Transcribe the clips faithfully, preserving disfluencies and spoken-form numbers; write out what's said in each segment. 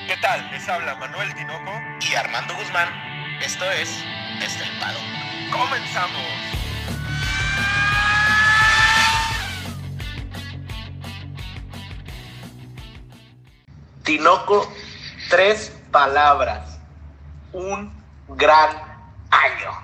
¿Qué tal? Les habla Manuel Tinoco y Armando Guzmán. Esto es Estelpado. ¡Comenzamos! Tinoco, tres palabras. Un gran año.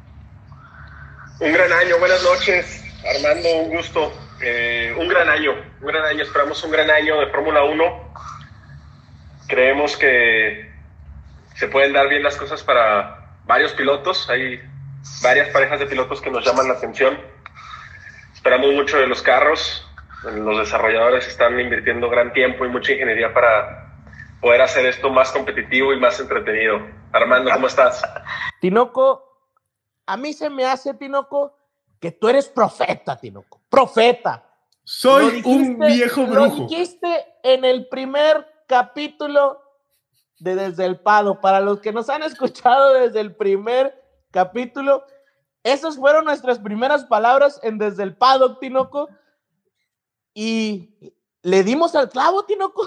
Un gran año, buenas noches, Armando, un gusto. Eh, un gran año, un gran año, esperamos un gran año de Fórmula uno. Creemos que se pueden dar bien las cosas para varios pilotos. Hay varias parejas de pilotos que nos llaman la atención. Esperamos mucho de los carros. Los desarrolladores están invirtiendo gran tiempo y mucha ingeniería para poder hacer esto más competitivo y más entretenido. Armando, ¿cómo estás? Tinoco, a mí se me hace, Tinoco, que tú eres profeta, Tinoco. Profeta. Soy dijiste, un viejo brujo. Lo dijiste en el primer capítulo de Desde el Pado. Para los que nos han escuchado desde el primer capítulo, esas fueron nuestras primeras palabras en Desde el Pado, Tinoco. Y le dimos al clavo, Tinoco.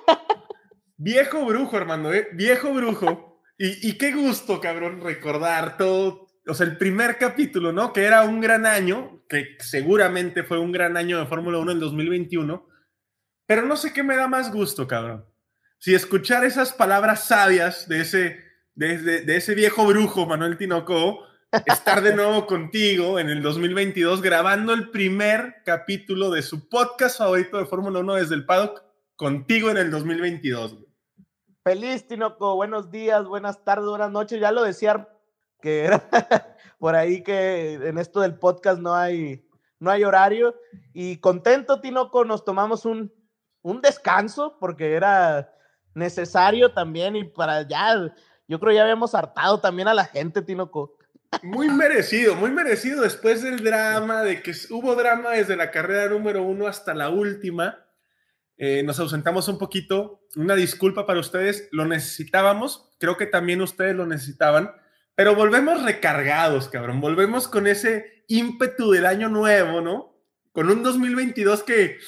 Viejo brujo, hermano, ¿eh? Viejo brujo. Y, y qué gusto, cabrón, recordar todo. O sea, el primer capítulo, ¿no? Que era un gran año, que seguramente fue un gran año de Fórmula uno en dos mil veintiuno. Pero no sé qué me da más gusto, cabrón. Si escuchar esas palabras sabias de ese, de, de, de ese viejo brujo, Manuel Tinoco, estar de nuevo contigo en el dos mil veintidós grabando el primer capítulo de su podcast favorito de Fórmula uno desde el paddock, contigo en el dos mil veintidós. Güey. Feliz, Tinoco. Buenos días, buenas tardes, buenas noches. Ya lo decía que era por ahí que en esto del podcast no hay, no hay horario. Y contento, Tinoco, nos tomamos un, un descanso porque era necesario también y para ya, yo creo ya habíamos hartado también a la gente, Tinoco. Muy merecido, muy merecido después del drama, de que hubo drama desde la carrera número uno hasta la última. Eh, nos ausentamos un poquito, una disculpa para ustedes, lo necesitábamos, creo que también ustedes lo necesitaban, pero volvemos recargados, cabrón, volvemos con ese ímpetu del año nuevo, ¿no? Con un dos mil veintidós que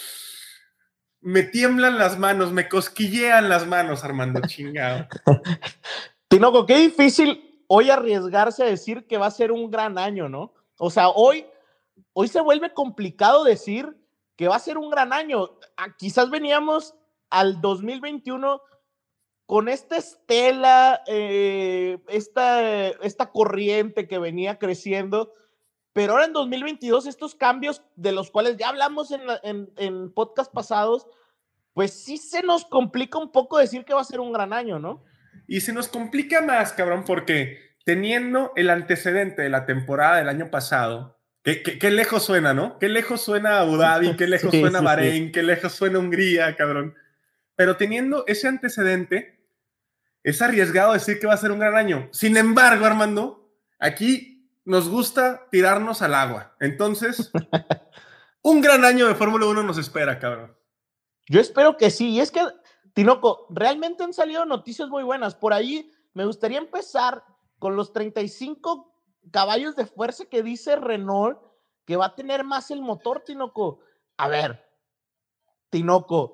me tiemblan las manos, me cosquillean las manos, Armando, chingado. Tinoco, qué difícil hoy arriesgarse a decir que va a ser un gran año, ¿no? O sea, hoy, hoy se vuelve complicado decir que va a ser un gran año. Ah, quizás veníamos al dos mil veintiuno con esta estela, eh, esta, esta corriente que venía creciendo, pero ahora en dos mil veintidós estos cambios de los cuales ya hablamos en, la, en, en podcast pasados, pues sí se nos complica un poco decir que va a ser un gran año, ¿no? Y se nos complica más, cabrón, porque teniendo el antecedente de la temporada del año pasado, qué, qué, qué lejos suena, ¿no? Qué lejos suena Abu Dhabi, qué lejos sí, suena sí, Bahrein, sí. Qué lejos suena Hungría, cabrón. Pero teniendo ese antecedente, es arriesgado decir que va a ser un gran año. Sin embargo, Armando, aquí nos gusta tirarnos al agua. Entonces, un gran año de Fórmula uno nos espera, cabrón. Yo espero que sí. Y es que, Tinoco, realmente han salido noticias muy buenas. Por ahí me gustaría empezar con los treinta y cinco caballos de fuerza que dice Renault que va a tener más el motor, Tinoco. A ver, Tinoco,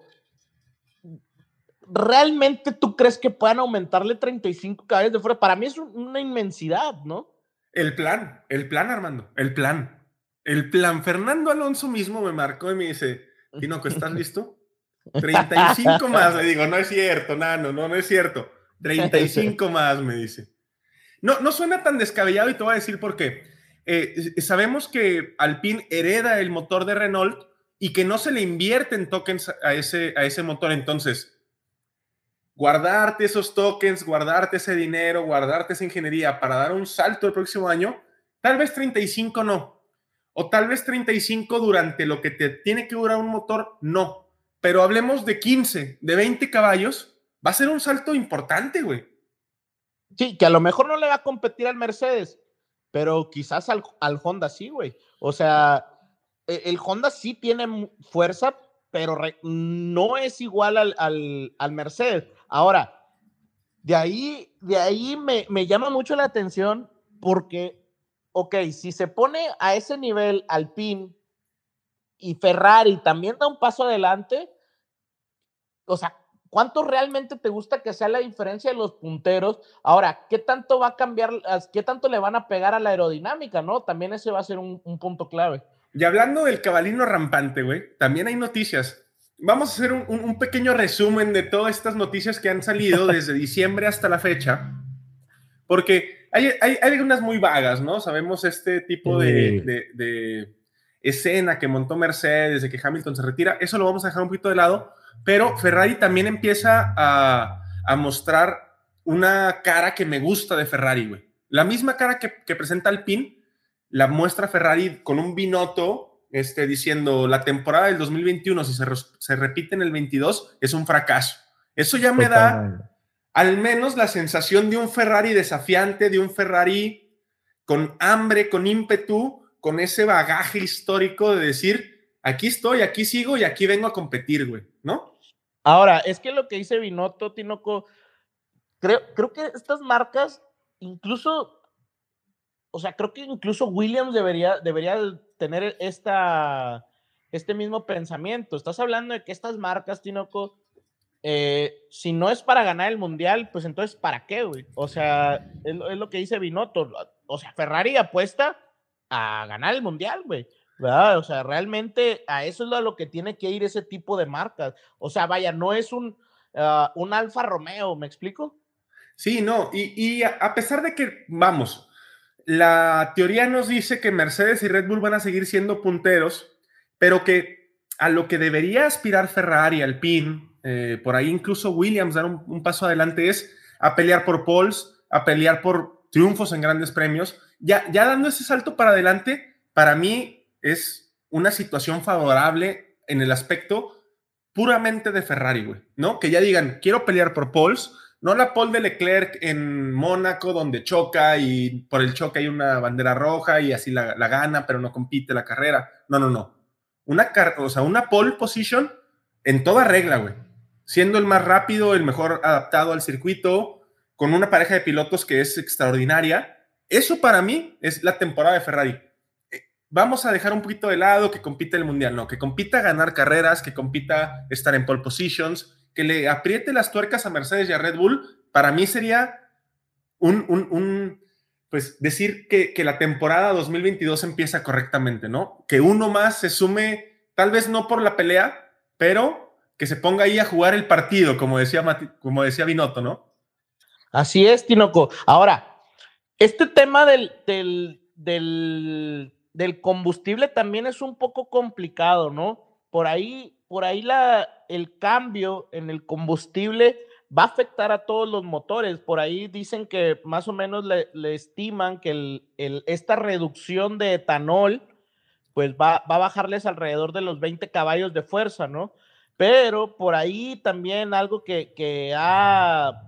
¿realmente tú crees que puedan aumentarle treinta y cinco caballos de fuerza? Para mí es una inmensidad, ¿no? El plan, el plan, Armando, el plan. El plan. Fernando Alonso mismo me marcó y me dice, Tinoco, ¿estás listo? treinta y cinco más, le digo, no es cierto, nano, no, no es cierto. treinta y cinco más, me dice. No, no suena tan descabellado y te voy a decir por qué. Eh, sabemos que Alpine hereda el motor de Renault y que no se le invierte en tokens a ese, a ese motor. Entonces, guardarte esos tokens, guardarte ese dinero, guardarte esa ingeniería para dar un salto el próximo año, tal vez treinta y cinco no. O tal vez treinta y cinco durante lo que te tiene que durar un motor, no. Pero hablemos de quince, de veinte caballos, va a ser un salto importante, güey. Sí, que a lo mejor no le va a competir al Mercedes, pero quizás al, al Honda sí, güey. O sea, el Honda sí tiene fuerza, pero re, no es igual al, al, al Mercedes. Ahora, de ahí, de ahí me, me llama mucho la atención porque, ok, si se pone a ese nivel Alpine y Ferrari también da un paso adelante, o sea, ¿cuánto realmente te gusta que sea la diferencia de los punteros? Ahora, ¿qué tanto va a cambiar, qué tanto le van a pegar a la aerodinámica, no? También ese va a ser un, un punto clave. Y hablando del cabalino rampante, güey, también hay noticias. Vamos a hacer un, un, un pequeño resumen de todas estas noticias que han salido desde diciembre hasta la fecha, porque hay, hay, hay algunas muy vagas, ¿no? Sabemos este tipo de, de, de escena que montó Mercedes, de que Hamilton se retira, eso lo vamos a dejar un poquito de lado, pero Ferrari también empieza a, a mostrar una cara que me gusta de Ferrari, güey. La misma cara que, que presenta Alpine, la muestra Ferrari con un Binotto este, diciendo la temporada del dos mil veintiuno, si se, se repite en el veintidós, es un fracaso. Eso ya me da al menos la sensación de un Ferrari desafiante, de un Ferrari con hambre, con ímpetu, con ese bagaje histórico de decir, aquí estoy, aquí sigo y aquí vengo a competir, güey, ¿no? Ahora, es que lo que dice Binotto, Tinoco, creo, creo que estas marcas, incluso, o sea, creo que incluso Williams debería, debería tener esta, este mismo pensamiento. Estás hablando de que estas marcas, Tinoco, eh, si no es para ganar el mundial, pues entonces, ¿para qué, güey? O sea, es, es lo que dice Binotto. O sea, Ferrari apuesta a ganar el mundial, güey, ¿verdad? O sea, realmente a eso es a lo que tiene que ir ese tipo de marcas. O sea, vaya, no es un, uh, un Alfa Romeo, ¿me explico? Sí, no, y, y a, a pesar de que, vamos, la teoría nos dice que Mercedes y Red Bull van a seguir siendo punteros, pero que a lo que debería aspirar Ferrari, Alpine, eh, por ahí incluso Williams dar un, un paso adelante es a pelear por poles, a pelear por triunfos en grandes premios. Ya, ya dando ese salto para adelante, para mí es una situación favorable en el aspecto puramente de Ferrari, güey, ¿no? Que ya digan, quiero pelear por poles, no la pole de Leclerc en Mónaco donde choca y por el choque hay una bandera roja y así la, la gana, pero no compite la carrera. No, no, no. Una, o sea, una pole position en toda regla, güey. Siendo el más rápido, el mejor adaptado al circuito, con una pareja de pilotos que es extraordinaria. Eso para mí es la temporada de Ferrari. Vamos a dejar un poquito de lado que compita el mundial, no, que compita a ganar carreras, que compita estar en pole positions, que le apriete las tuercas a Mercedes y a Red Bull. Para mí sería un, un, un pues decir que, que la temporada dos mil veintidós empieza correctamente, ¿no? Que uno más se sume, tal vez no por la pelea, pero que se ponga ahí a jugar el partido, como decía, Mati, como decía Binotto, ¿no? Así es, Tinoco. Ahora, este tema del, del, del, del combustible también es un poco complicado, ¿no? Por ahí, por ahí la, el cambio en el combustible va a afectar a todos los motores. Por ahí dicen que más o menos le, le estiman que el, el, esta reducción de etanol pues va, va a bajarles alrededor de los veinte caballos de fuerza, ¿no? Pero por ahí también algo que, que ha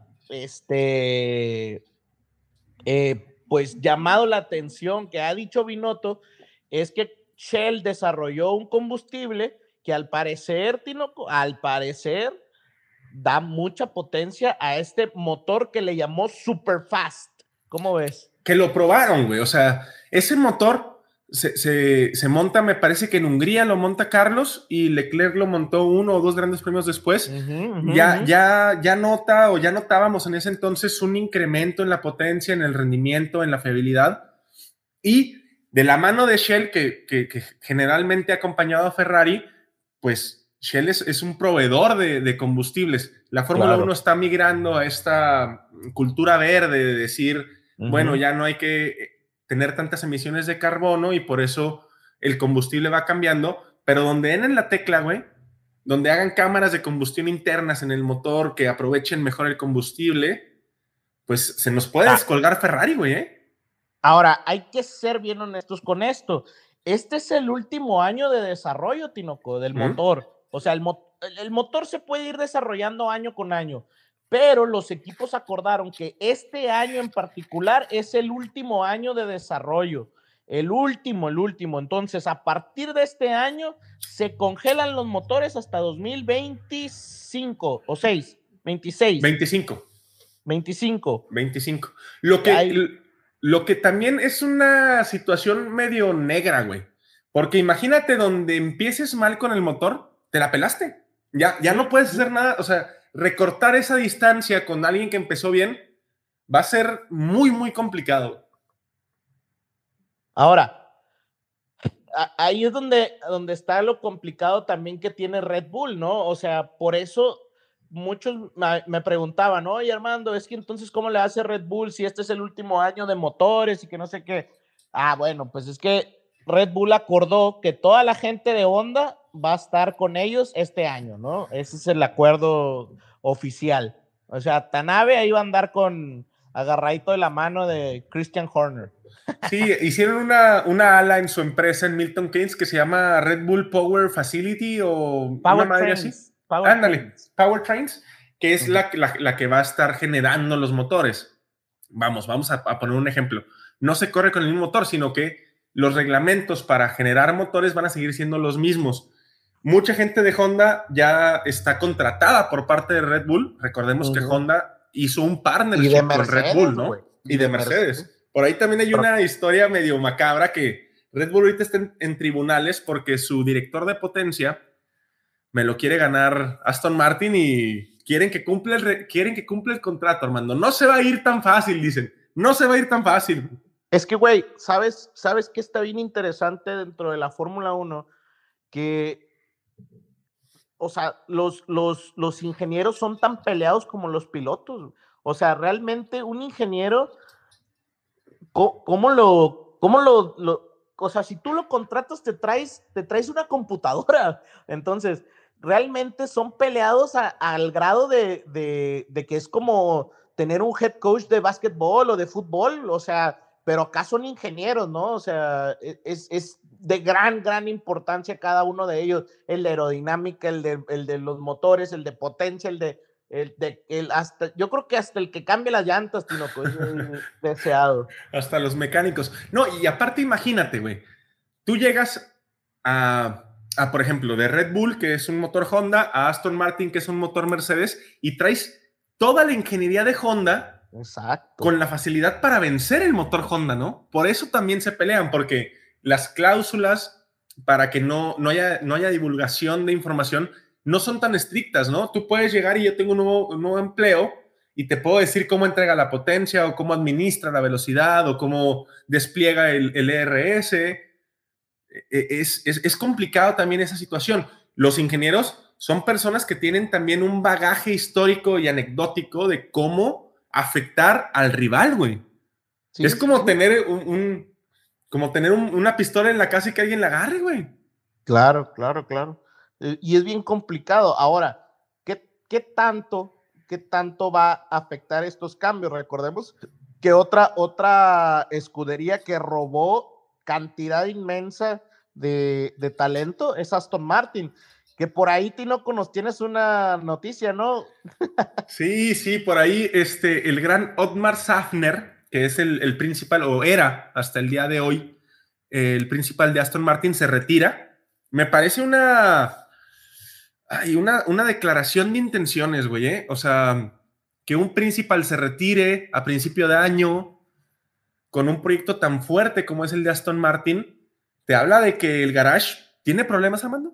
este, eh, pues llamado la atención, que ha dicho Binotto, es que Shell desarrolló un combustible que al parecer, Tinoco, al parecer da mucha potencia a este motor que le llamó Superfast. ¿Cómo ves? Que lo probaron, güey. O sea, ese motor se, se, se monta, me parece que en Hungría lo monta Carlos y Leclerc lo montó uno o dos grandes premios después. Uh-huh, uh-huh, ya, uh-huh. ya, ya nota o ya notábamos en ese entonces un incremento en la potencia, en el rendimiento, en la fiabilidad. Y de la mano de Shell, que, que, que generalmente ha acompañado a Ferrari, pues Shell es, es un proveedor de, de combustibles. La Fórmula claro. uno está migrando a esta cultura verde de decir, uh-huh. bueno, ya no hay que tener tantas emisiones de carbono y por eso el combustible va cambiando, pero donde den en la tecla, güey, donde hagan cámaras de combustión internas en el motor que aprovechen mejor el combustible, pues se nos puede ah. descolgar Ferrari, güey, ¿eh? Ahora, hay que ser bien honestos con esto. Este es el último año de desarrollo, Tinoco, del ¿Mm? motor. O sea, el, mo el motor se puede ir desarrollando año con año, pero los equipos acordaron que este año en particular es el último año de desarrollo. El último, el último. Entonces, a partir de este año, se congelan los motores hasta dos mil veinticinco o seis, veintiséis. veinticinco. veinticinco. veinticinco. Lo que... Hay... Lo que también es una situación medio negra, güey. Porque imagínate donde empieces mal con el motor, te la pelaste. Ya, ya no puedes hacer nada. O sea, recortar esa distancia con alguien que empezó bien va a ser muy, muy complicado. Ahora, ahí es donde, donde está lo complicado también que tiene Red Bull, ¿no? O sea, por eso muchos me preguntaban, oye, Armando, es que entonces, ¿cómo le hace Red Bull si este es el último año de motores y que no sé qué? Ah, bueno, pues es que Red Bull acordó que toda la gente de Honda va a estar con ellos este año, ¿no? Ese es el acuerdo oficial. O sea, Tanabe ahí va a andar con agarradito de la mano de Christian Horner. Sí, hicieron una, una ala en su empresa en Milton Keynes que se llama Red Bull Power Facility o Power una madre Trains, así. Power Ándale, Trains. Power Trains, que es Uh-huh. la, la, la que va a estar generando los motores. Vamos, vamos a, a poner un ejemplo. No se corre con el mismo motor, sino que los reglamentos para generar motores van a seguir siendo los mismos. Mucha gente de Honda ya está contratada por parte de Red Bull. Recordemos uh-huh. que Honda hizo un partnership Mercedes, con Red Bull, ¿no? Y, y de, de Mercedes. Mercedes. Por ahí también hay una historia medio macabra que Red Bull ahorita está en, en tribunales porque su director de potencia me lo quiere ganar Aston Martin y quieren que cumpla el, quieren que cumpla el contrato, Armando. No se va a ir tan fácil, dicen. No se va a ir tan fácil. Es que, güey, ¿sabes, ¿sabes qué está bien interesante dentro de la Fórmula uno? Que, o sea, los, los, los ingenieros son tan peleados como los pilotos. O sea, realmente un ingeniero, ¿cómo, cómo lo, cómo lo, lo, o sea, si tú lo contratas, te traes, te traes una computadora. Entonces, realmente son peleados a, al grado de, de, de que es como tener un head coach de básquetbol o de fútbol, o sea, pero acá son ingenieros, ¿no? O sea, es, es de gran, gran importancia cada uno de ellos, el de aerodinámica, el de, el de los motores, el de potencia, el de, el de, el hasta, yo creo que hasta el que cambia las llantas, Tinoco, es deseado. Hasta los mecánicos. No, y aparte imagínate, güey, tú llegas a, a, por ejemplo, de Red Bull, que es un motor Honda, a Aston Martin, que es un motor Mercedes, y traes toda la ingeniería de Honda. Exacto. Con la facilidad para vencer el motor Honda, ¿no? Por eso también se pelean, porque las cláusulas para que no, no, haya, no haya divulgación de información no son tan estrictas, ¿no? Tú puedes llegar y yo tengo un nuevo, un nuevo empleo y te puedo decir cómo entrega la potencia o cómo administra la velocidad o cómo despliega el, el E R S. Es, es, es complicado también esa situación. Los ingenieros son personas que tienen también un bagaje histórico y anecdótico de cómo afectar al rival, güey. Sí, es como sí. tener un, un como tener un, una pistola en la casa y que alguien la agarre, güey. Claro, claro, claro. Y es bien complicado. Ahora, ¿qué, qué tanto, qué tanto va a afectar estos cambios? Recordemos que otra, otra escudería que robó cantidad inmensa de, de talento es Aston Martin. Que por ahí, Tinoco, nos tienes una noticia, ¿no? Sí, sí, por ahí este, el gran Otmar Safner, que es el, el principal, o era hasta el día de hoy, eh, el principal de Aston Martin, se retira. Me parece una, ay, una, una declaración de intenciones, güey, ¿eh? O sea, que un principal se retire a principio de año con un proyecto tan fuerte como es el de Aston Martin, te habla de que el garage tiene problemas, Armando.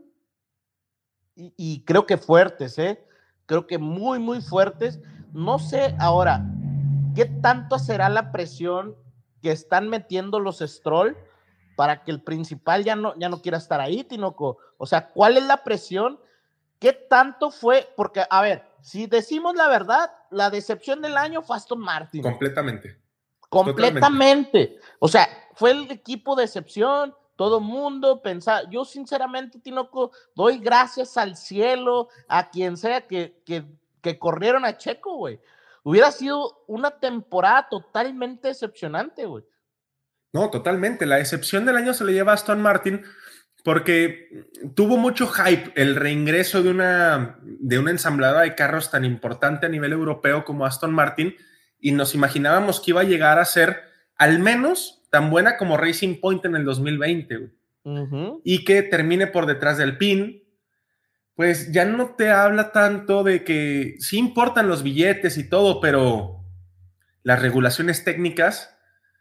Y, y creo que fuertes, ¿eh? Creo que muy, muy fuertes. No sé ahora, ¿qué tanto será la presión que están metiendo los Stroll para que el principal ya no, ya no quiera estar ahí, Tinoco? O sea, ¿cuál es la presión? ¿Qué tanto fue? Porque, a ver, si decimos la verdad, la decepción del año fue Aston Martin. Completamente. Completamente. Totalmente. O sea, fue el equipo de excepción. Todo mundo pensaba, yo sinceramente, Tinoco, doy gracias al cielo, a quien sea que, que, que corrieron a Checo, güey. Hubiera sido una temporada totalmente decepcionante, güey. No, totalmente. La decepción del año se le lleva a Aston Martin porque tuvo mucho hype el reingreso de una, de una ensambladora de carros tan importante a nivel europeo como Aston Martin y nos imaginábamos que iba a llegar a ser al menos tan buena como Racing Point en el dos mil veinte, güey. Uh-huh. Y que termine por detrás del pin, pues ya no te habla tanto de que sí importan los billetes y todo, pero las regulaciones técnicas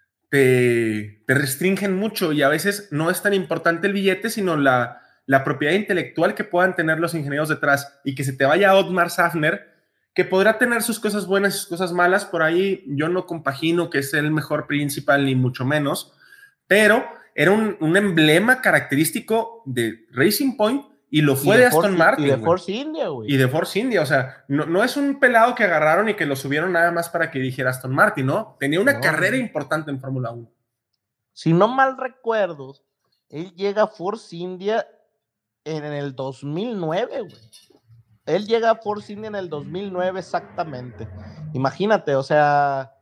te, te restringen mucho y a veces no es tan importante el billete, sino la, la propiedad intelectual que puedan tener los ingenieros detrás y que se te vaya Otmar Safner, que podrá tener sus cosas buenas y sus cosas malas. Por ahí yo no compagino que es el mejor principal, ni mucho menos, pero era un, un emblema característico de Racing Point y lo fue y de, de Aston Force, Martin. Y de güey. Force India, güey. Y de Force India, o sea, no, no es un pelado que agarraron y que lo subieron nada más para que dijera Aston Martin, ¿no? Tenía una no, carrera no. importante en Fórmula uno. Si no mal recuerdo, él llega a Force India en el dos mil nueve, güey. Él llega a Force India en el dos mil nueve exactamente. Imagínate, o sea,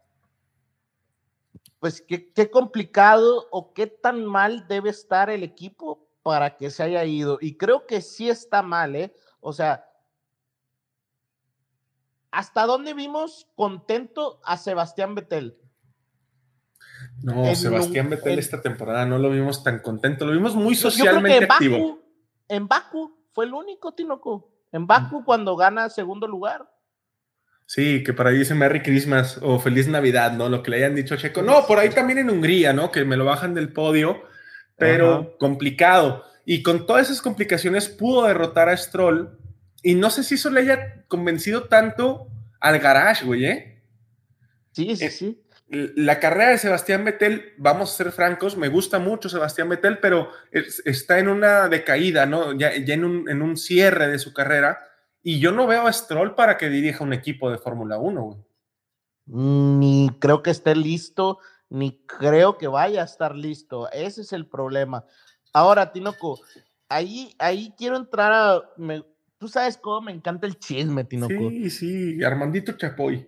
pues qué, qué complicado o qué tan mal debe estar el equipo para que se haya ido. Y creo que sí está mal, ¿eh? O sea, ¿hasta dónde vimos contento a Sebastián Vettel? No, en Sebastián un, Vettel en, esta temporada no lo vimos tan contento, lo vimos muy socialmente yo creo que activo. Baku, en Baku fue el único, Tinoco. En Baku, cuando gana segundo lugar. Sí, que por ahí dice Merry Christmas o Feliz Navidad, ¿no? Lo que le hayan dicho a Checo. No, por ahí también en Hungría, ¿no? Que me lo bajan del podio, pero Ajá. complicado. Y con todas esas complicaciones pudo derrotar a Stroll. Y no sé si eso le haya convencido tanto al garage, güey, ¿eh? Sí, sí, eh, sí. La carrera de Sebastián Vettel, vamos a ser francos, me gusta mucho Sebastián Vettel, pero es, está en una decaída, ¿no? Ya, ya en, un, en un cierre de su carrera, y yo no veo a Stroll para que dirija un equipo de Fórmula uno, güey. Ni creo que esté listo, ni creo que vaya a estar listo. Ese es el problema. Ahora, Tinoco, ahí, ahí quiero entrar a... Me, tú sabes cómo me encanta el chisme, Tinoco. Sí, sí, Armandito Chapoy.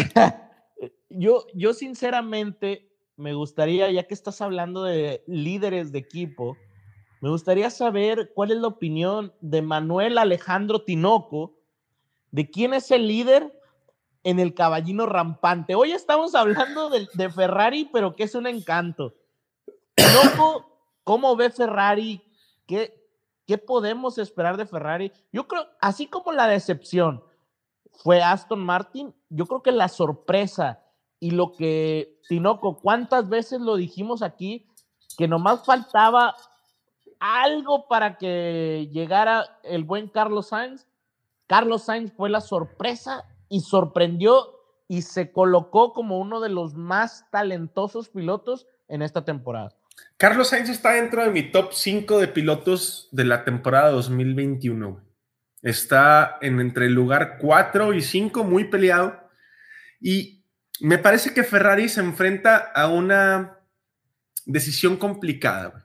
Yo, yo sinceramente me gustaría, ya que estás hablando de líderes de equipo, me gustaría saber cuál es la opinión de Manuel Alejandro Tinoco, de quién es el líder en el caballino rampante. Hoy estamos hablando de, de Ferrari, pero que es un encanto. Tinoco, ¿cómo ve Ferrari? ¿Qué, ¿Qué podemos esperar de Ferrari? Yo creo, así como la decepción fue Aston Martin, yo creo que la sorpresa y lo que, Tinoco, ¿cuántas veces lo dijimos aquí? Que nomás faltaba algo para que llegara el buen Carlos Sainz. Carlos Sainz fue la sorpresa y sorprendió y se colocó como uno de los más talentosos pilotos en esta temporada. Carlos Sainz está dentro de mi top cinco de pilotos de la temporada dos mil veintiuno. Está en entre el lugar cuatro y cinco, muy peleado. Y me parece que Ferrari se enfrenta a una decisión complicada,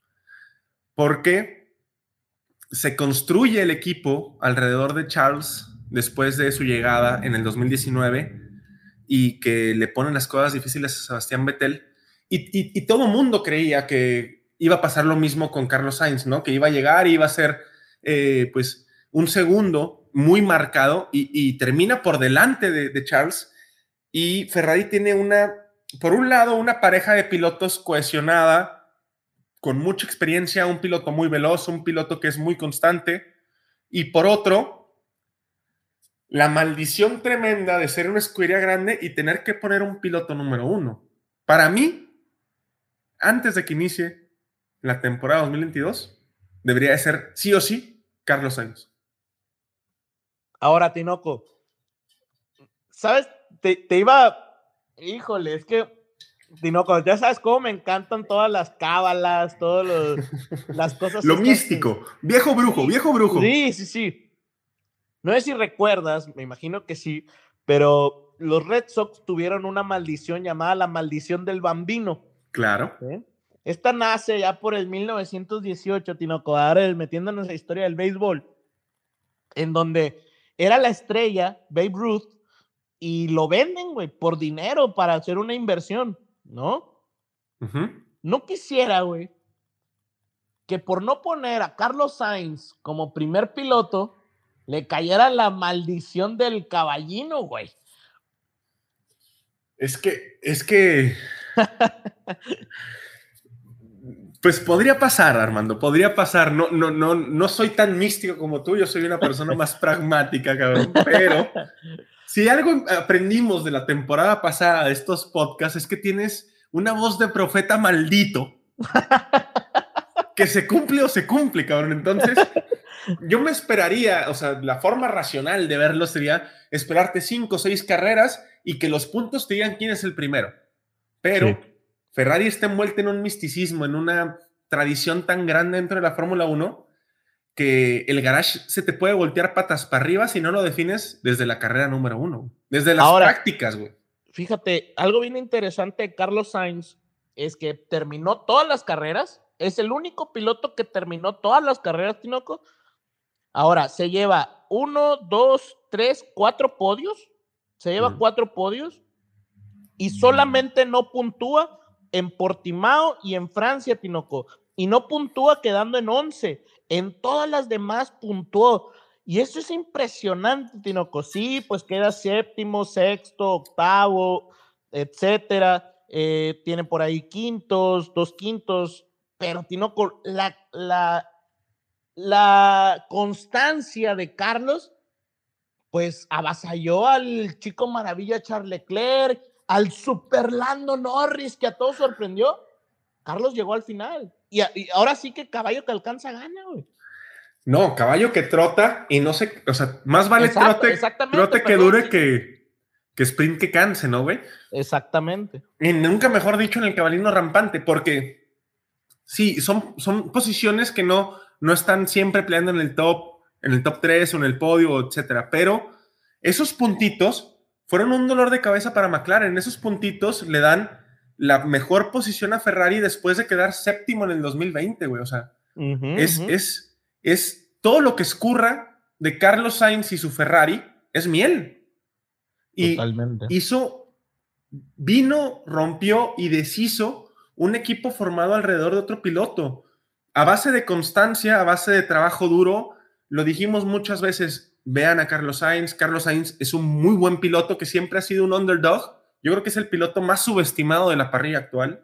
porque se construye el equipo alrededor de Charles después de su llegada en el dos mil diecinueve y que le ponen las cosas difíciles a Sebastián Vettel. Y, y, y todo el mundo creía que iba a pasar lo mismo con Carlos Sainz, ¿no? Que iba a llegar y iba a ser, eh, pues, un segundo muy marcado y, y termina por delante de, de Charles. Y Ferrari tiene una, por un lado, una pareja de pilotos cohesionada, con mucha experiencia, un piloto muy veloz, un piloto que es muy constante, y por otro, la maldición tremenda de ser una escudería grande y tener que poner un piloto número uno. Para mí, antes de que inicie la temporada dos mil veintidós, debería de ser sí o sí Carlos Sainz. Ahora, Tinoco, ¿sabes? Te, te iba, híjole, es que, Tinoco, ya sabes cómo me encantan todas las cábalas, todas las cosas. Lo místico, que... viejo brujo, sí, viejo brujo. Sí, sí, sí. No sé si recuerdas, me imagino que sí, pero los Red Sox tuvieron una maldición llamada la maldición del Bambino. Claro. ¿Eh? Esta nace ya por el mil novecientos dieciocho, Tinoco, ahora metiéndonos en la historia del béisbol, en donde era la estrella Babe Ruth y lo venden, güey, por dinero para hacer una inversión, ¿no? Uh-huh. No quisiera, güey, que por no poner a Carlos Sainz como primer piloto le cayera la maldición del caballino, güey. Es que, es que... Pues podría pasar, Armando, podría pasar. No, no, no, no soy tan místico como tú, yo soy una persona más pragmática, cabrón. Pero si algo aprendimos de la temporada pasada de estos podcasts es que tienes una voz de profeta maldito que se cumple o se cumple, cabrón. Entonces, yo me esperaría, o sea, la forma racional de verlo sería esperarte cinco o seis carreras y que los puntos te digan quién es el primero. Pero sí. Ferrari está envuelta en un misticismo, en una tradición tan grande dentro de la Fórmula uno que el garage se te puede voltear patas para arriba si no lo defines desde la carrera número uno, desde las Ahora, prácticas, güey. Fíjate, algo bien interesante de Carlos Sainz es que terminó todas las carreras, es el único piloto que terminó todas las carreras, Tinoco. Ahora, se lleva uno, dos, tres, cuatro podios, se lleva uh-huh. cuatro podios y solamente no puntúa en Portimao y en Francia, Tinoco, y no puntúa quedando en once, en todas las demás puntuó, y eso es impresionante, Tinoco. Sí, pues queda séptimo, sexto, octavo, etcétera, eh, tiene por ahí quintos, dos quintos, pero Tinoco, la, la, la constancia de Carlos, pues avasalló al chico maravilla Charles Leclerc, al super Lando Norris, que a todos sorprendió. Carlos llegó al final. Y, a, y ahora sí que caballo que alcanza gana, güey. No, caballo que trota y no sé, o sea, más vale Exacto, trote, trote que dure sí. que, que sprint que canse, ¿no, güey? Exactamente. Y nunca mejor dicho en el cabalino rampante, porque sí, son, son posiciones que no, no están siempre peleando en el top, en el top tres o en el podio, etcétera, pero esos puntitos fueron un dolor de cabeza para McLaren. Esos puntitos le dan la mejor posición a Ferrari después de quedar séptimo en el dos mil veinte, güey. O sea, uh-huh, es, uh-huh. es, es todo lo que escurra de Carlos Sainz y su Ferrari es miel. Y Totalmente. hizo, vino, rompió y deshizo un equipo formado alrededor de otro piloto. A base de constancia, a base de trabajo duro, lo dijimos muchas veces. Vean a Carlos Sainz. Carlos Sainz es un muy buen piloto que siempre ha sido un underdog. Yo creo que es el piloto más subestimado de la parrilla actual.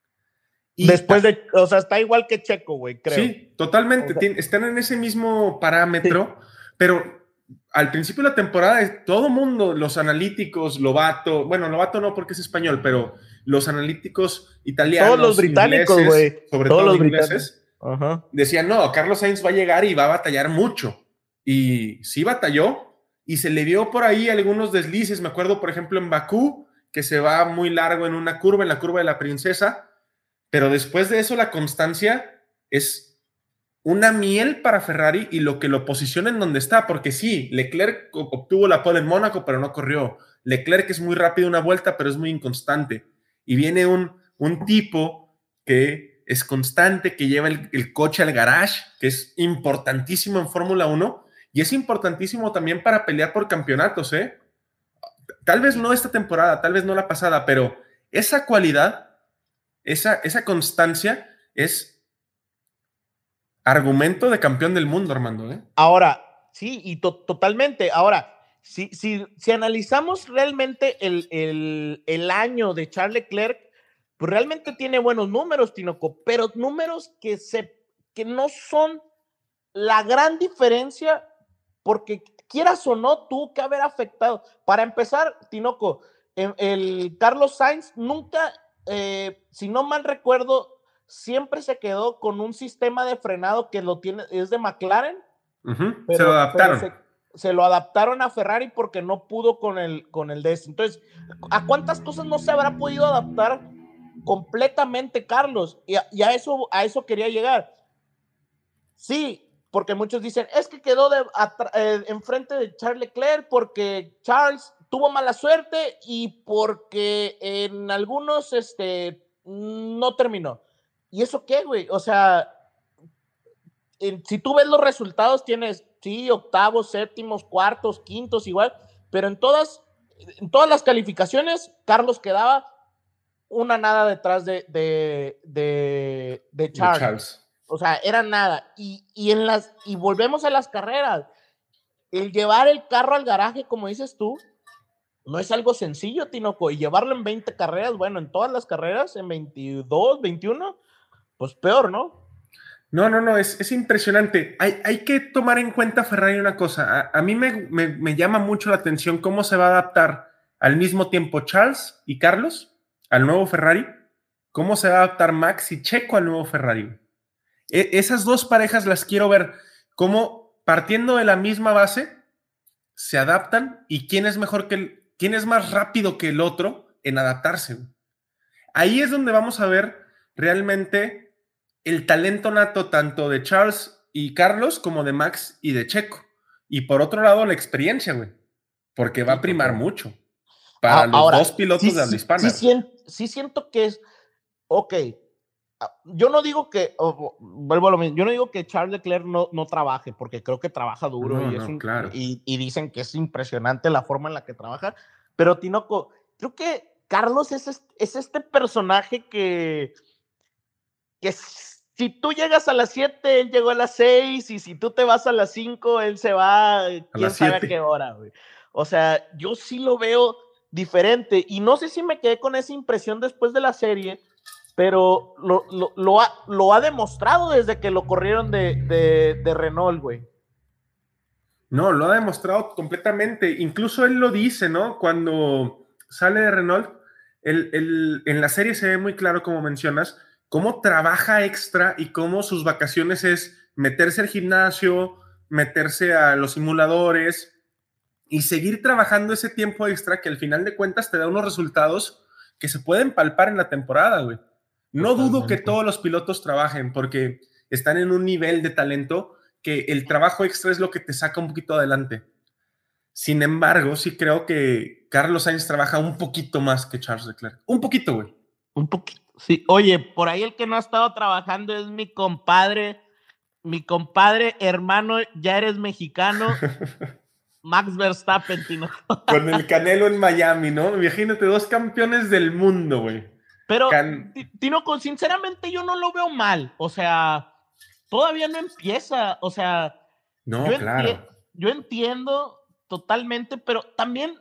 Y Después de, o sea, está igual que Checo, güey, creo. Sí, totalmente. O sea, están en ese mismo parámetro, sí. Pero al principio de la temporada, todo mundo, los analíticos, Lovato, bueno, Lovato no porque es español, pero los analíticos italianos, todos los británicos, güey, sobre todos todo los ingleses, uh-huh. decían, no, Carlos Sainz va a llegar y va a batallar mucho. Y sí batalló, y se le dio por ahí algunos deslices. Me acuerdo, por ejemplo, en Bakú, que se va muy largo en una curva, en la curva de la princesa, pero después de eso la constancia es una miel para Ferrari y lo que lo posiciona en donde está, porque sí, Leclerc obtuvo la pole en Mónaco, pero no corrió. Leclerc es muy rápido una vuelta, pero es muy inconstante. Y viene un, un tipo que es constante, que lleva el, el coche al garage, que es importantísimo en Fórmula uno, y es importantísimo también para pelear por campeonatos, ¿eh? Tal vez no esta temporada, tal vez no la pasada, pero esa cualidad, esa, esa constancia es argumento de campeón del mundo, Armando, ¿eh? Ahora, sí, y to- totalmente. Ahora, si, si, si analizamos realmente el, el, el año de Charles Leclerc, pues realmente tiene buenos números, Tinoco, pero números que, se, que no son la gran diferencia, porque quieras o no, tuvo que haber afectado. Para empezar, Tinoco, el, el Carlos Sainz nunca, eh, si no mal recuerdo, siempre se quedó con un sistema de frenado que lo tiene, es de McLaren. Uh-huh. Pero, se lo adaptaron. Se, se lo adaptaron a Ferrari porque no pudo con el, con el D S. Entonces, ¿a cuántas cosas no se habrá podido adaptar completamente Carlos? Y a, y a eso, a eso quería llegar. Sí, porque muchos dicen, es que quedó de, atra- eh, enfrente de Charles Leclerc porque Charles tuvo mala suerte y porque en algunos este, no terminó. ¿Y eso qué, güey? O sea, en, si tú ves los resultados, tienes, sí, octavos, séptimos, cuartos, quintos, igual, pero en todas, en todas las calificaciones, Carlos quedaba una nada detrás de, de, de, de Charles. De Charles. O sea, era nada. Y, y, en las, y volvemos a las carreras. El llevar el carro al garaje, como dices tú, no es algo sencillo, Tinoco. Y llevarlo en veinte carreras, bueno, en todas las carreras, en veintidós, veintiuno, pues peor, ¿no? No, no, no, es, es impresionante. Hay, hay que tomar en cuenta, Ferrari, una cosa. A, a mí me, me, me llama mucho la atención cómo se va a adaptar al mismo tiempo Charles y Carlos al nuevo Ferrari. Cómo se va a adaptar Max y Checo al nuevo Ferrari. E- esas dos parejas las quiero ver, cómo partiendo de la misma base se adaptan y quién es mejor que el, quién es más rápido que el otro en adaptarse. Ahí es donde vamos a ver realmente el talento nato tanto de Charles y Carlos como de Max y de Checo. Y por otro lado, la experiencia, güey, porque va Sí, a primar total. mucho para los Ahora, dos pilotos sí, de habla sí, hispana. sí, siento, sí siento que es, ok, yo no digo que, oh, vuelvo a lo mismo, yo no digo que Charles Leclerc no, no trabaje, porque creo que trabaja duro No, y, es no, un, claro. y, y dicen que es impresionante la forma en la que trabaja, pero Tinoco, creo que Carlos es, es, es este personaje que, que si tú llegas a las siete, él llegó a las seis, y si tú te vas a las cinco, él se va, quién las sabe a siete. qué hora, güey. O sea, yo sí lo veo diferente, y no sé si me quedé con esa impresión después de la serie, pero lo, lo, lo, ha, lo ha demostrado desde que lo corrieron de, de, de Renault, güey. No, lo ha demostrado completamente. Incluso él lo dice, ¿no? Cuando sale de Renault, el, el, en la serie se ve muy claro, como mencionas, cómo trabaja extra y cómo sus vacaciones es meterse al gimnasio, meterse a los simuladores y seguir trabajando ese tiempo extra que al final de cuentas te da unos resultados que se pueden palpar en la temporada, güey. No Totalmente. dudo que todos los pilotos trabajen porque están en un nivel de talento que el trabajo extra es lo que te saca un poquito adelante. Sin embargo, sí creo que Carlos Sainz trabaja un poquito más que Charles Leclerc. Un poquito, güey. Un poquito. Sí, oye, por ahí el que no ha estado trabajando es mi compadre, mi compadre, hermano, ya eres mexicano, Max Verstappen, Tino. Con el Canelo en Miami, ¿no? Imagínate, dos campeones del mundo, güey. Pero, Can... Tino, sinceramente yo no lo veo mal. O sea, todavía no empieza. O sea, no, yo, claro. enti yo entiendo totalmente, pero también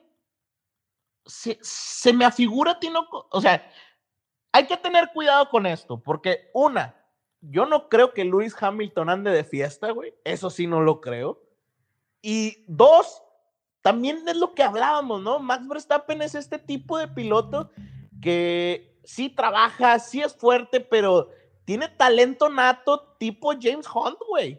se, se me afigura, Tino, o sea, hay que tener cuidado con esto, porque una, yo no creo que Lewis Hamilton ande de fiesta, güey, eso sí no lo creo. Y dos, también es lo que hablábamos, ¿no? Max Verstappen es este tipo de piloto que sí trabaja, sí es fuerte, pero tiene talento nato tipo James Hunt, güey.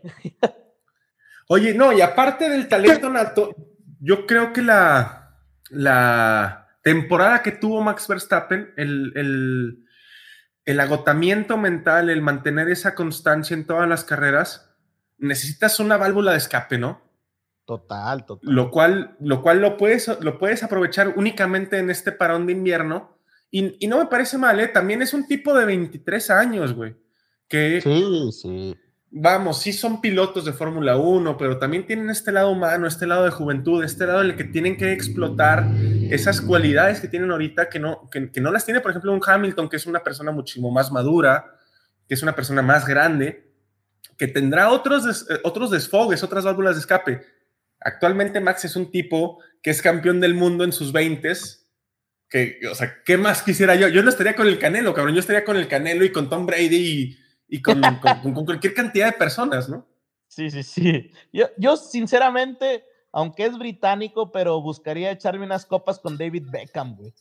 Oye, no, y aparte del talento nato, yo creo que la, la temporada que tuvo Max Verstappen, el, el, el agotamiento mental, el mantener esa constancia en todas las carreras, necesitas una válvula de escape, ¿no? Total, total. Lo cual lo, cual lo, puedes, lo puedes aprovechar únicamente en este parón de invierno. Y, y no me parece mal, ¿eh? También es un tipo de veintitrés años, güey. Que, sí, sí. Vamos, sí son pilotos de Fórmula uno, pero también tienen este lado humano, este lado de juventud, este lado en el que tienen que explotar esas cualidades que tienen ahorita, que no, que, que no las tiene, por ejemplo, un Hamilton, que es una persona muchísimo más madura, que es una persona más grande, que tendrá otros, des, otros desfogues, otras válvulas de escape. Actualmente Max es un tipo que es campeón del mundo en sus veintes, que, o sea, ¿qué más quisiera yo? Yo no estaría con el Canelo, cabrón, yo estaría con el Canelo y con Tom Brady y, y con, con, con cualquier cantidad de personas, ¿no? Sí, sí, sí. Yo, yo sinceramente, aunque es británico, pero buscaría echarme unas copas con David Beckham, güey.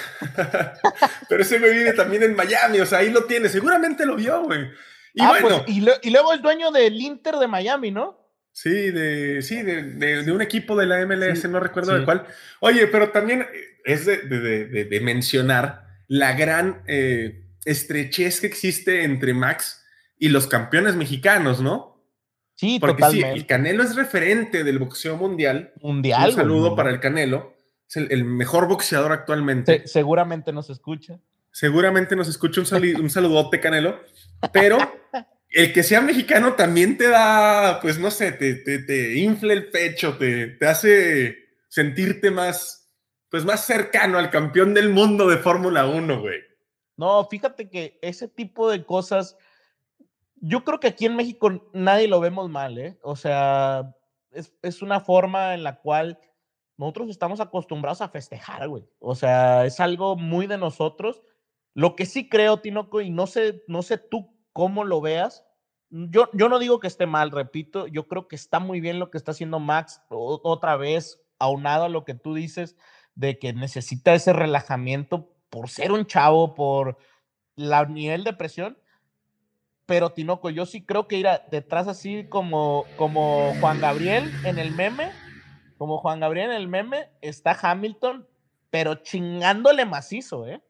Pero ese güey vive también en Miami, o sea, ahí lo tiene, seguramente lo vio, güey. Y ah, bueno. Pues, y, lo, y luego es dueño del Inter de Miami, ¿no? Sí, de, sí de, de, de un equipo de la M L S, sí, no recuerdo sí. de cuál. Oye, pero también es de, de, de, de mencionar la gran eh, estrechez que existe entre Max y los campeones mexicanos, ¿no? Sí, porque totalmente. sí, el Canelo es referente del boxeo mundial. Mundial. Un saludo mundial. para el Canelo. Es el, el mejor boxeador actualmente. Se, seguramente nos escucha. Seguramente nos escucha un, sal, un saludote, Canelo. Pero el que sea mexicano también te da, pues no sé, te, te, te infla el pecho, te, te hace sentirte más, pues más cercano al campeón del mundo de Fórmula uno, güey. No, fíjate que ese tipo de cosas, yo creo que aquí en México nadie lo vemos mal, ¿eh? O sea, es, es una forma en la cual nosotros estamos acostumbrados a festejar, güey. O sea, es algo muy de nosotros. Lo que sí creo, Tinoco, y no sé, no sé tú cómo lo veas, yo, yo no digo que esté mal, repito, yo creo que está muy bien lo que está haciendo Max, o, otra vez, aunado a lo que tú dices, de que necesita ese relajamiento por ser un chavo, por el nivel de presión. pero Tinoco, yo sí creo que ir a, detrás así como, como Juan Gabriel en el meme, como Juan Gabriel en el meme, está Hamilton, pero chingándole macizo, ¿eh?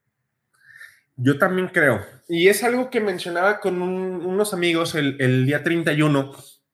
Yo también creo. Y es algo que mencionaba con un, unos amigos el, el día treinta y uno,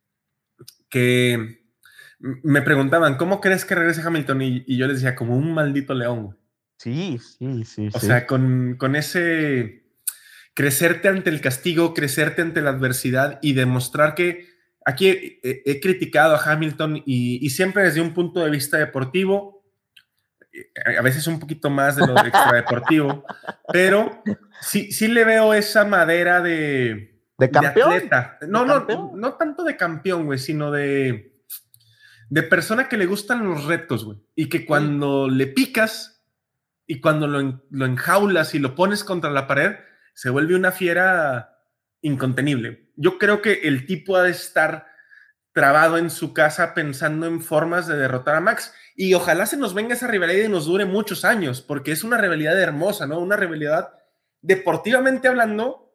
que me preguntaban, ¿cómo crees que regrese Hamilton? Y, y yo les decía, como un maldito león, güey. Sí, sí, sí. O sí. sea, con, con ese crecerte ante el castigo, crecerte ante la adversidad y demostrar que aquí he, he criticado a Hamilton y, y siempre desde un punto de vista deportivo, a veces un poquito más de lo extradeportivo, pero sí, sí le veo esa madera de, ¿De campeón? de atleta. No, ¿De no, campeón? no tanto de campeón, güey, sino de, de persona que le gustan los retos, güey. Y que cuando sí. le picas y cuando lo, lo enjaulas y lo pones contra la pared, se vuelve una fiera incontenible. Yo creo que el tipo ha de estar trabado en su casa pensando en formas de derrotar a Max. Y ojalá se nos venga esa rivalidad y nos dure muchos años, porque es una rivalidad hermosa, ¿no? Una rivalidad, deportivamente hablando,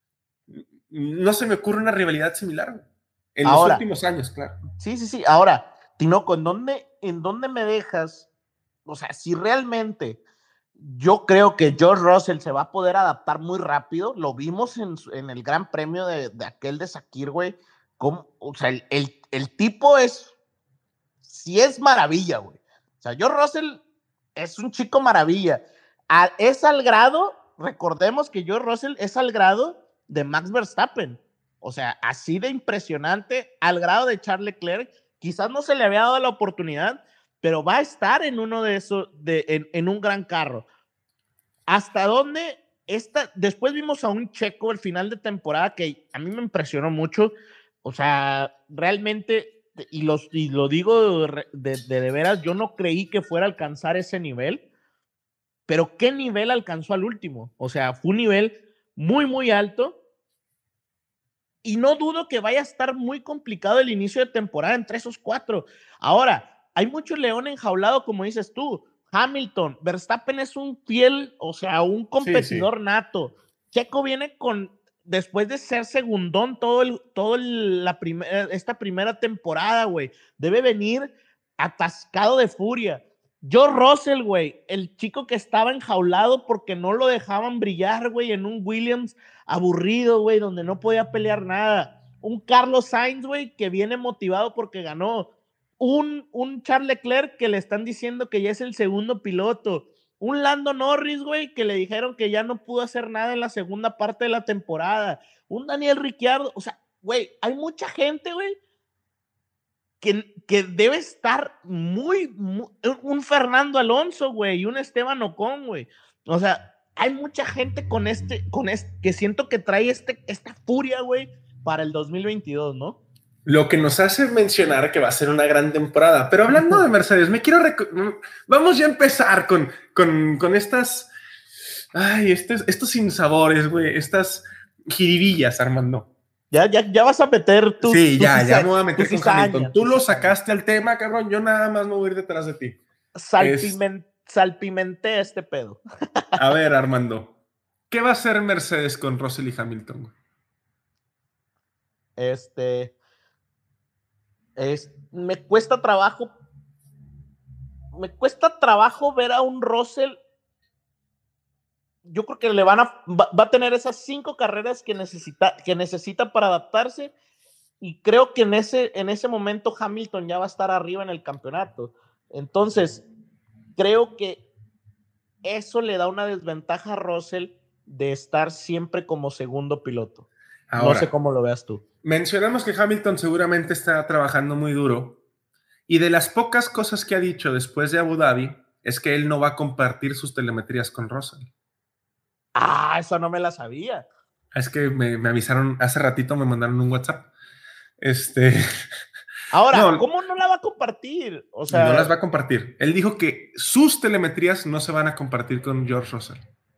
no se me ocurre una rivalidad similar en Ahora, los últimos años, claro. Sí, sí, sí. Ahora, Tinoco, ¿en dónde, ¿en dónde me dejas? O sea, si realmente yo creo que George Russell se va a poder adaptar muy rápido, lo vimos en, en el Gran Premio de, de aquel de Sakir, güey. O sea, el, el, el tipo es, sí es maravilla, güey. O sea, George Russell es un chico maravilla. A, es al grado, recordemos que George Russell es al grado de Max Verstappen. O sea, así de impresionante, al grado de Charles Leclerc. Quizás no se le había dado la oportunidad, pero va a estar en uno de esos, de, en, en un gran carro. ¿Hasta dónde? Esta, después vimos a un Checo el final de temporada que a mí me impresionó mucho. O sea, realmente, y, los, y lo digo de, de, de, de veras, yo no creí que fuera a alcanzar ese nivel, pero ¿qué nivel alcanzó al último? O sea, fue un nivel muy, muy alto, y no dudo que vaya a estar muy complicado el inicio de temporada entre esos cuatro. Ahora, hay mucho león enjaulado, como dices tú. Hamilton, Verstappen es un fiel, o sea, un competidor sí, sí. nato. Checo viene con, después de ser segundón todo, el, todo el, la primera, esta primera temporada, güey, debe venir atascado de furia. George Russell, güey, el chico que estaba enjaulado porque no lo dejaban brillar, güey, en un Williams aburrido, güey, donde no podía pelear nada. Un Carlos Sainz, güey, que viene motivado porque ganó. Un, un Charles Leclerc que le están diciendo que ya es el segundo piloto. Un Lando Norris, güey, que le dijeron que ya no pudo hacer nada en la segunda parte de la temporada. Un Daniel Ricciardo. O sea, güey, hay mucha gente, güey, que, que debe estar muy, muy... Un Fernando Alonso, güey, y un Esteban Ocon, güey. O sea, hay mucha gente con este, con este, que siento que trae este, esta furia, güey, para el dos mil veintidós, ¿no? Lo que nos hace mencionar que va a ser una gran temporada. Pero hablando de Mercedes, me quiero... Vamos ya a empezar con, con, con estas... Ay, estos, estos sinsabores, güey. Estas jiribillas, Armando. Ya, ya, ya vas a meter tus... Sí, tu ya, cisa, ya me voy a meter con cizaña, Hamilton. Tú lo sacaste al tema, cabrón. Yo nada más me voy a ir detrás de ti. Salpiment, es... Salpimenté este pedo. A ver, Armando. ¿Qué va a hacer Mercedes con Russell y Hamilton, güey? Este... Es, me cuesta trabajo me cuesta trabajo ver a un Russell. Yo creo que le van a va, va a tener esas cinco carreras que necesita que necesita para adaptarse, y creo que en ese en ese momento Hamilton ya va a estar arriba en el campeonato. Entonces creo que eso le da una desventaja a Russell de estar siempre como segundo piloto. Ahora, no sé cómo lo veas tú. Mencionamos que Hamilton seguramente está trabajando muy duro, y de las pocas cosas que ha dicho después de Abu Dhabi es que él no va a compartir sus telemetrías con Russell. Ah, eso no me la sabía. Es que me, me avisaron, hace ratito me mandaron un WhatsApp. Este... Ahora, no, ¿cómo no la va a compartir? O sea... No las va a compartir. Él dijo que sus telemetrías no se van a compartir con George Russell.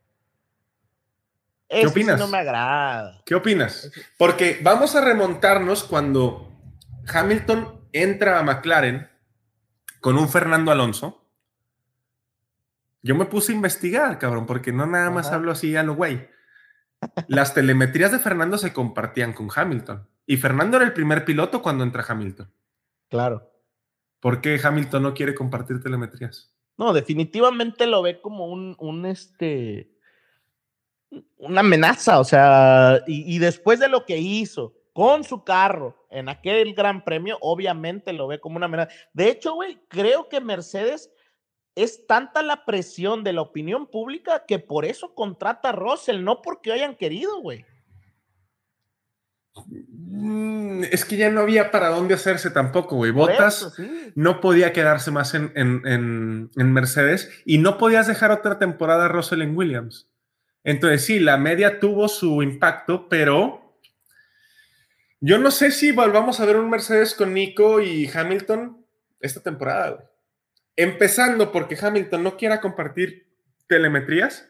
¿Qué opinas? Sí no me agrada. ¿Qué opinas? Porque vamos a remontarnos cuando Hamilton entra a McLaren con un Fernando Alonso. Yo me puse a investigar, cabrón, porque no nada más Ajá. hablo así a lo güey. las telemetrías de Fernando se compartían con Hamilton. Y Fernando era el primer piloto cuando entra Hamilton. Claro. ¿Por qué Hamilton no quiere compartir telemetrías? No, definitivamente lo ve como un, un este, una amenaza, o sea, y, y después de lo que hizo con su carro en aquel gran premio, obviamente lo ve como una amenaza. De hecho, güey, creo que Mercedes es tanta la presión de la opinión pública que por eso contrata a Russell, no porque hayan querido, güey. Mm, es que ya no había para dónde hacerse tampoco, güey. Por Bottas eso, sí. no podía quedarse más en, en, en, en Mercedes y no podías dejar otra temporada a Russell en Williams. Entonces, sí, la media tuvo su impacto, pero yo no sé si volvamos a ver un Mercedes con Nico y Hamilton esta temporada, güey. Empezando porque Hamilton no quiera compartir telemetrías.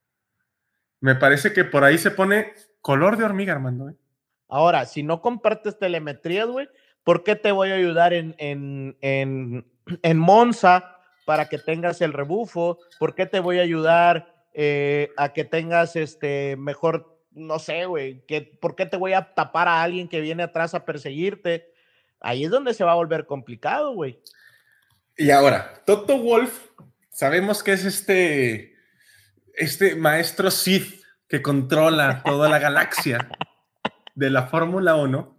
Me parece que por ahí se pone color de hormiga, Armando, ¿eh? Ahora, si no compartes telemetrías, güey, ¿por qué te voy a ayudar en, en, en, en Monza para que tengas el rebufo? ¿Por qué te voy a ayudar eh, a que tengas este mejor, no sé, güey, que, ¿por qué te voy a tapar a alguien que viene atrás a perseguirte? Ahí es donde se va a volver complicado, güey. Y ahora, Toto Wolff, sabemos que es este, este maestro Sith que controla toda la galaxia de la Fórmula uno.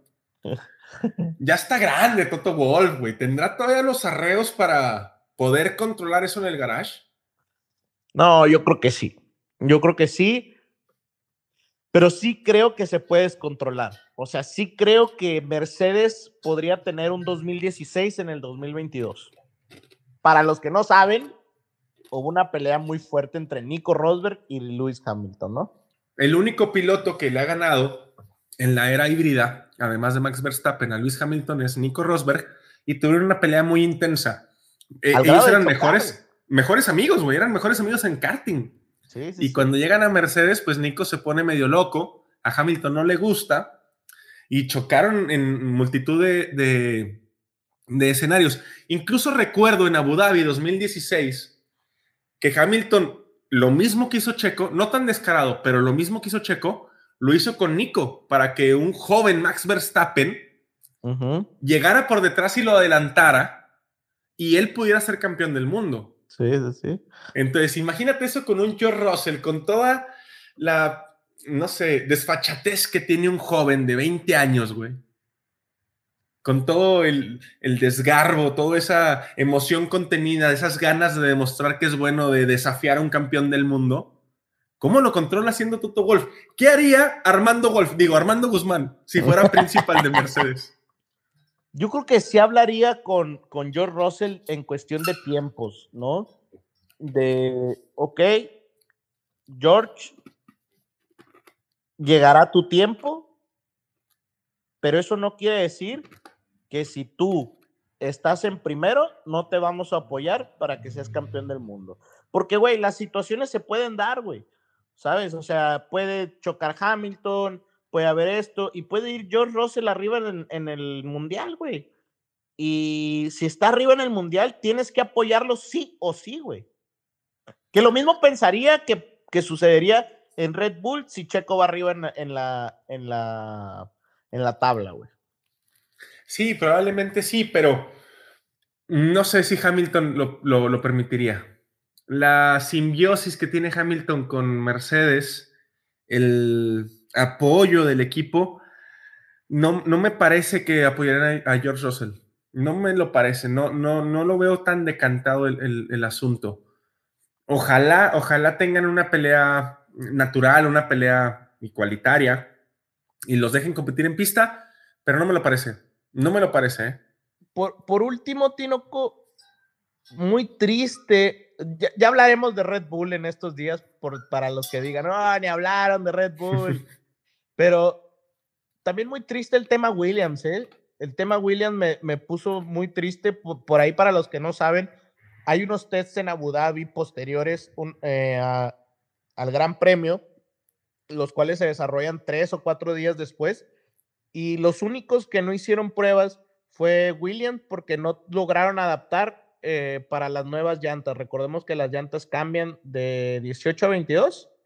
Ya está grande Toto Wolff, güey. ¿Tendrá todavía los arreos para poder controlar eso en el garage? No, yo creo que sí. Yo creo que sí. Pero sí creo que se puede descontrolar. O sea, sí creo que Mercedes podría tener un dos mil dieciséis en el dos mil veintidós. Para los que no saben, hubo una pelea muy fuerte entre Nico Rosberg y Lewis Hamilton, ¿no? El único piloto que le ha ganado en la era híbrida, además de Max Verstappen, a Lewis Hamilton es Nico Rosberg, y tuvieron una pelea muy intensa. Eh, ellos eran mejores, mejores amigos, güey, eran mejores amigos en karting. Sí, sí, y sí. Cuando llegan a Mercedes, pues Nico se pone medio loco, a Hamilton no le gusta, y chocaron en multitud de, de, de escenarios. Incluso recuerdo en Abu Dhabi dos mil dieciséis que Hamilton, lo mismo que hizo Checo, no tan descarado, pero lo mismo que hizo Checo, lo hizo con Nico, para que un joven Max Verstappen uh-huh. llegara por detrás y lo adelantara, y él pudiera ser campeón del mundo. Sí, sí, sí. Entonces, imagínate eso con un George Russell, con toda la, no sé, desfachatez que tiene un joven de veinte años, güey. Con todo el, el desgarbo, toda esa emoción contenida, esas ganas de demostrar que es bueno, de desafiar a un campeón del mundo. ¿Cómo lo controla haciendo Toto Wolff? ¿Qué haría Armando Wolff, digo, Armando Guzmán, si fuera principal de Mercedes? Yo creo que sí hablaría con, con George Russell en cuestión de tiempos, ¿no? De, ok, George, llegará tu tiempo, pero eso no quiere decir que si tú estás en primero, no te vamos a apoyar para que seas campeón del mundo. Porque, güey, las situaciones se pueden dar, güey, ¿sabes? O sea, puede chocar Hamilton, puede haber esto, y puede ir George Russell arriba en, en el Mundial, güey. Y si está arriba en el Mundial, tienes que apoyarlo sí o sí, güey. Que lo mismo pensaría que, que sucedería en Red Bull si Checo va arriba en, en, la, en, la, en la tabla, güey. Sí, probablemente sí, pero no sé si Hamilton lo, lo, lo permitiría. La simbiosis que tiene Hamilton con Mercedes, el apoyo del equipo, no, no me parece que apoyaran a, a George Russell. No me lo parece, no, no, no lo veo tan decantado el, el, el asunto. Ojalá, ojalá tengan una pelea natural, una pelea igualitaria y los dejen competir en pista, pero no me lo parece. No me lo parece, ¿eh? Por, por último, Tinoco, muy triste. Ya, ya hablaremos de Red Bull en estos días por, para los que digan, no, ni hablaron de Red Bull. Pero también muy triste el tema Williams, ¿eh? El tema Williams me, me puso muy triste. Por, por ahí, para los que no saben, hay unos tests en Abu Dhabi posteriores un, eh, a, al Gran Premio, los cuales se desarrollan tres o cuatro días después. Y los únicos que no hicieron pruebas fue Williams porque no lograron adaptar eh, para las nuevas llantas. Recordemos que las llantas cambian de dieciocho a veintidós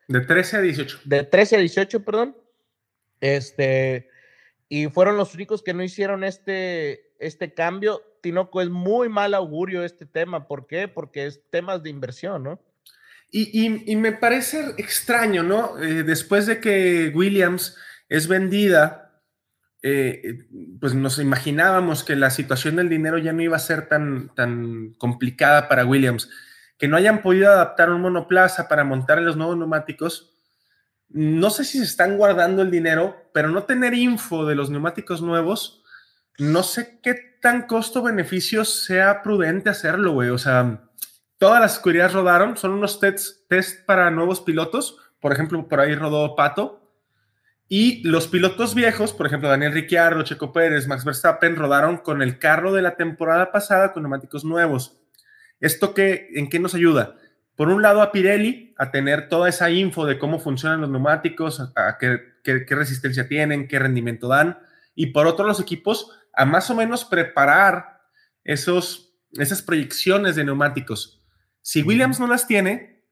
De trece a dieciocho. De trece a dieciocho, perdón. Este, y fueron los únicos que no hicieron este, este cambio. Tinoco, es muy mal augurio este tema. ¿Por qué? Porque es temas de inversión, ¿no? Y, y, y me parece extraño, ¿no? Eh, después de que Williams es vendida, eh, pues nos imaginábamos que la situación del dinero ya no iba a ser tan, tan complicada para Williams. Que no hayan podido adaptar un monoplaza para montar los nuevos neumáticos. No sé si se están guardando el dinero, pero no tener info de los neumáticos nuevos, no sé qué tan costo-beneficio sea prudente hacerlo, güey. O sea, todas las escuderías rodaron, son unos tests test para nuevos pilotos. Por ejemplo, por ahí rodó Pato. Y los pilotos viejos, por ejemplo, Daniel Ricciardo, Checo Pérez, Max Verstappen, rodaron con el carro de la temporada pasada con neumáticos nuevos. ¿Esto qué, en qué nos ayuda? Por un lado a Pirelli, a tener toda esa info de cómo funcionan los neumáticos, a, a qué, qué, qué resistencia tienen, qué rendimiento dan. Y por otro, los equipos a más o menos preparar esos, esas proyecciones de neumáticos. Si Williams no las tiene,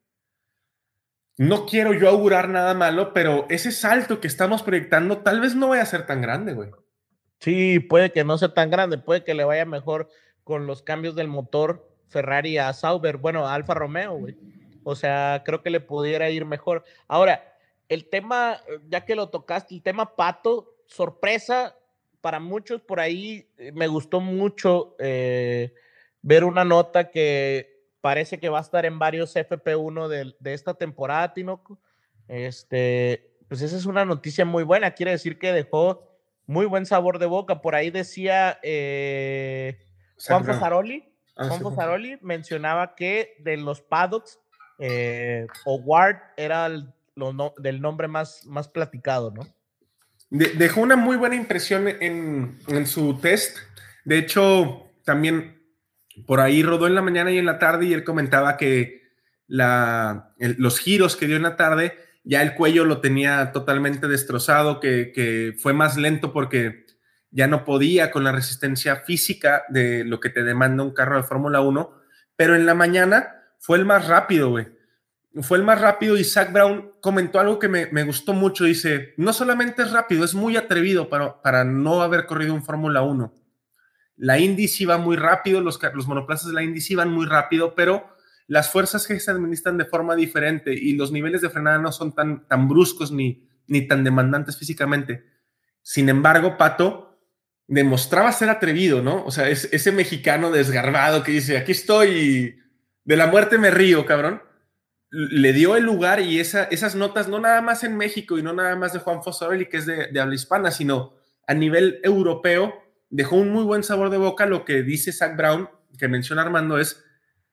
no quiero yo augurar nada malo, pero ese salto que estamos proyectando tal vez no vaya a ser tan grande, güey. Sí, puede que no sea tan grande, puede que le vaya mejor con los cambios del motor Ferrari a Sauber, bueno, a Alfa Romeo, güey. O sea, creo que le pudiera ir mejor. Ahora, el tema, ya que lo tocaste, el tema Pato, sorpresa para muchos por ahí. Me gustó mucho eh, ver una nota que parece que va a estar en varios F P uno de, de esta temporada, Tinoco. Este, pues esa es una noticia muy buena, quiere decir que dejó muy buen sabor de boca. Por ahí decía eh, Juan Fosaroli, Ah, Juan sí, Fosaroli mencionaba que de los paddocks, eh, Howard era el, lo, no, del nombre más, más platicado, ¿no? De, dejó una muy buena impresión en, en su test. De hecho, también por ahí rodó en la mañana y en la tarde y él comentaba que la, el, los giros que dio en la tarde, ya el cuello lo tenía totalmente destrozado, que, que fue más lento porque ya no podía con la resistencia física de lo que te demanda un carro de Fórmula uno, pero en la mañana fue el más rápido, güey. Fue el más rápido y Zak Brown comentó algo que me, me gustó mucho. Dice, no solamente es rápido, es muy atrevido para, para no haber corrido un Fórmula uno. La Indy sí va muy rápido, los, los monoplazas de la Indy sí van muy rápido, pero las fuerzas que se administran de forma diferente y los niveles de frenada no son tan, tan bruscos ni, ni tan demandantes físicamente. Sin embargo, Pato demostraba ser atrevido, ¿no? O sea, es, ese mexicano desgarbado que dice, aquí estoy y de la muerte me río, cabrón. Le dio el lugar y esa, esas notas, no nada más en México y no nada más de Juan Fosaroli, que es de, de habla hispana, sino a nivel europeo, dejó un muy buen sabor de boca. Lo que dice Zak Brown, que menciona Armando, es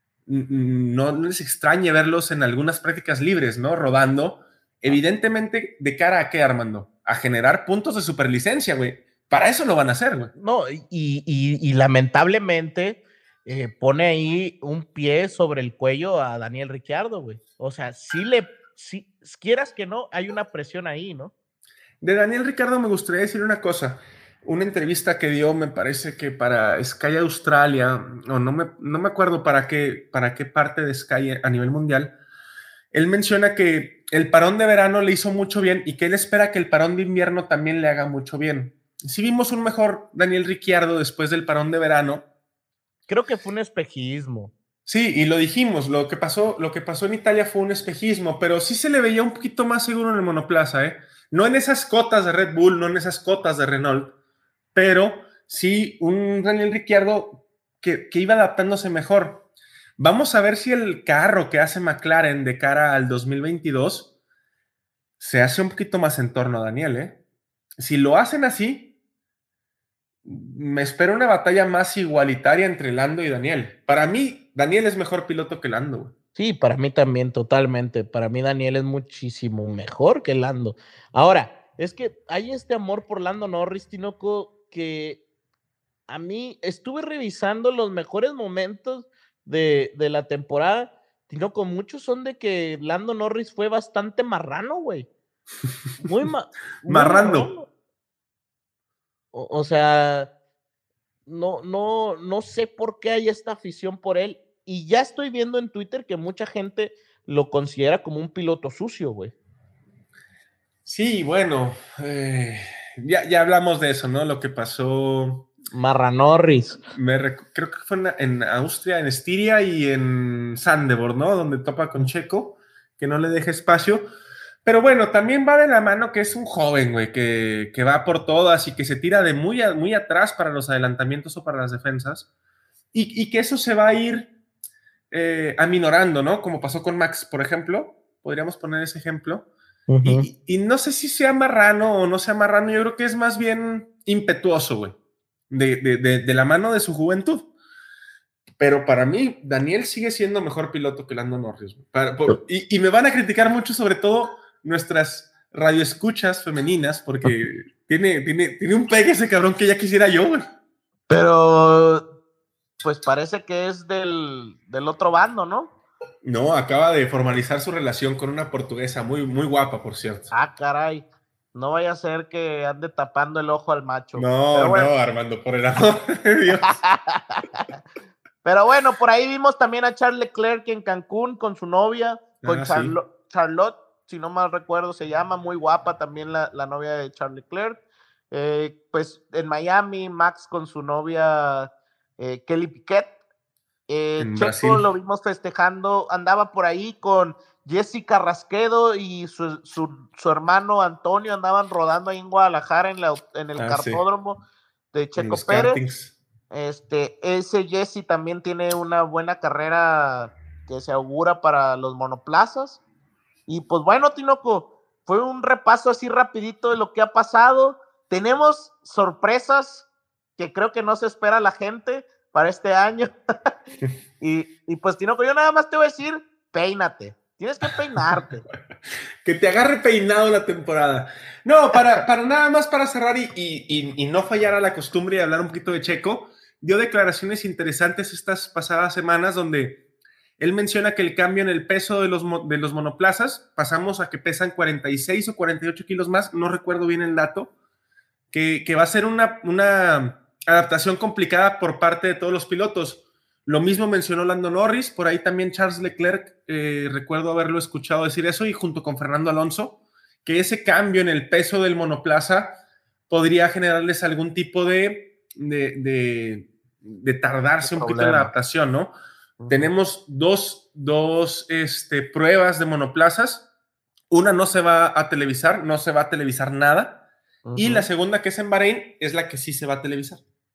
no, no les extrañe verlos en algunas prácticas libres, ¿no? Rodando, evidentemente, ¿de cara a qué, Armando? A generar puntos de superlicencia, güey. Para eso lo van a hacer, güey. No, y, y, y lamentablemente eh, pone ahí un pie sobre el cuello a Daniel Ricciardo, güey. O sea, si le, si quieras que no, hay una presión ahí, ¿no? De Daniel Ricciardo me gustaría decir una cosa. Una entrevista que dio, me parece que para Sky Australia, o no me, no me acuerdo para qué, para qué parte de Sky a nivel mundial, él menciona que el parón de verano le hizo mucho bien y que él espera que el parón de invierno también le haga mucho bien. Sí vimos un mejor Daniel Ricciardo después del parón de verano. Creo que fue un espejismo. Sí, y lo dijimos, lo que pasó, lo que pasó en Italia fue un espejismo, pero sí se le veía un poquito más seguro en el monoplaza, ¿eh? No en esas cotas de Red Bull, no en esas cotas de Renault, pero sí un Daniel Ricciardo que, que iba adaptándose mejor. Vamos a ver si el carro que hace McLaren de cara al dos mil veintidós se hace un poquito más en torno a Daniel, ¿eh? Si lo hacen así, me espera una batalla más igualitaria entre Lando y Daniel. Para mí, Daniel es mejor piloto que Lando, güey. Sí, para mí también, totalmente. Para mí Daniel es muchísimo mejor que Lando. Ahora, es que hay este amor por Lando Norris, Tinoco, que a mí estuve revisando los mejores momentos de, de la temporada. Tinoco, muchos son de que Lando Norris fue bastante marrano, güey. Muy, ma muy marrando. marrano. O, o sea, no, no, no sé por qué hay esta afición por él. y ya estoy viendo en Twitter que mucha gente lo considera como un piloto sucio, güey. Sí, bueno, eh, ya, ya hablamos de eso, ¿no? Lo que pasó... Marranorris. Me rec- creo que fue en, en Austria, en Estiria y en Sandebord, ¿no? Donde topa con Checo, que no le deja espacio. Pero bueno, también va de la mano que es un joven, güey, que, que va por todas y que se tira de muy, a, muy atrás para los adelantamientos o para las defensas. Y, y que eso se va a ir eh, aminorando, ¿no? Como pasó con Max, por ejemplo. Podríamos poner ese ejemplo. Uh-huh. Y, y no sé si sea marrano o no sea marrano, yo creo que es más bien impetuoso, güey, de, de, de, de la mano de su juventud. Pero para mí, Daniel sigue siendo mejor piloto que Lando Norris. Para, por, y, y me van a criticar mucho, sobre todo nuestras radioescuchas femeninas, porque tiene, tiene, tiene un pegue ese cabrón que ya quisiera yo, güey. Pero, pues parece que es del, del otro bando, ¿no? No, acaba de formalizar su relación con una portuguesa muy, muy guapa, por cierto. Ah, caray. No vaya a ser que ande tapando el ojo al macho. No, bueno. no, Armando, por el amor de Dios. Pero bueno, por ahí vimos también a Charles Leclerc en Cancún con su novia, con ah, Charlo- sí. Charlotte, si no mal recuerdo se llama, muy guapa también la, la novia de Charles Leclerc. Eh, pues en Miami, Max con su novia eh, Kelly Piquet. Eh, Checo Brasil. Lo vimos festejando, andaba por ahí con Jessica Rasquedo y su, su, su hermano Antonio, andaban rodando ahí en Guadalajara en, la, en el ah, kartódromo sí. de Checo Pérez. Kartings. Este, ese Jesse también tiene una buena carrera que se augura para los monoplazas. Y pues bueno, Tinoco, fue un repaso así rapidito de lo que ha pasado. Tenemos sorpresas que creo que no se espera la gente para este año. y, y pues, Tinoco, yo nada más te voy a decir, peínate. Tienes que peinarte. Que te agarre peinado la temporada. No, para, para nada más para cerrar y, y, y no fallar a la costumbre y hablar un poquito de Checo, dio declaraciones interesantes estas pasadas semanas donde él menciona que el cambio en el peso de los, de los monoplazas, pasamos a que pesan cuarenta y seis o cuarenta y ocho kilos más, no recuerdo bien el dato, que, que va a ser una, una adaptación complicada por parte de todos los pilotos. Lo mismo mencionó Lando Norris, por ahí también Charles Leclerc, eh, recuerdo haberlo escuchado decir eso, y junto con Fernando Alonso, que ese cambio en el peso del monoplaza podría generarles algún tipo de, de, de, de tardarse un poquito en la adaptación, ¿no? Uh-huh. Tenemos dos, dos este, pruebas de monoplazas, una no se va a televisar, no se va a televisar nada, uh-huh. y la segunda, que es en Bahrein, es la que sí se va a televisar.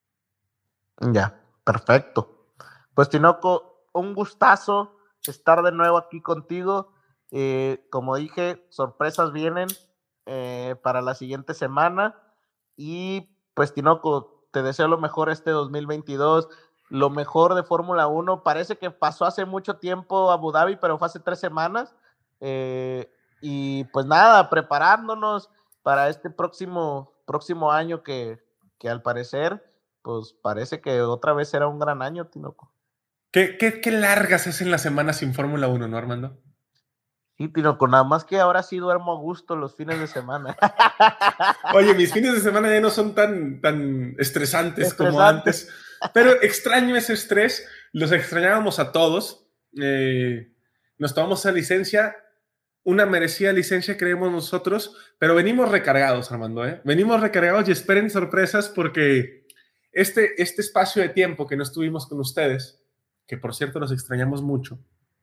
Ya, perfecto. Pues, Tinoco, un gustazo estar de nuevo aquí contigo. Eh, como dije, sorpresas vienen eh, para la siguiente semana. Y, pues, Tinoco, te deseo lo mejor este dos mil veintidós, lo mejor de Fórmula uno. Parece que pasó hace mucho tiempo Abu Dhabi, pero fue hace tres semanas. Eh, y, pues, nada, preparándonos para este próximo, próximo año que, que, al parecer, pues, parece que otra vez será un gran año, Tinoco. ¿Qué, qué, qué largas hacen las semanas sin Fórmula uno, ¿no, Armando? Sí, Tinoco, nada más que ahora sí duermo a gusto los fines de semana. Oye, mis fines de semana ya no son tan, tan estresantes, estresantes como antes, pero extraño ese estrés, los extrañábamos a todos, eh, nos tomamos esa licencia, una merecida licencia creemos nosotros, pero venimos recargados, Armando, ¿eh? Venimos recargados y esperen sorpresas porque este, este espacio de tiempo que no estuvimos con ustedes, que por cierto los extrañamos mucho,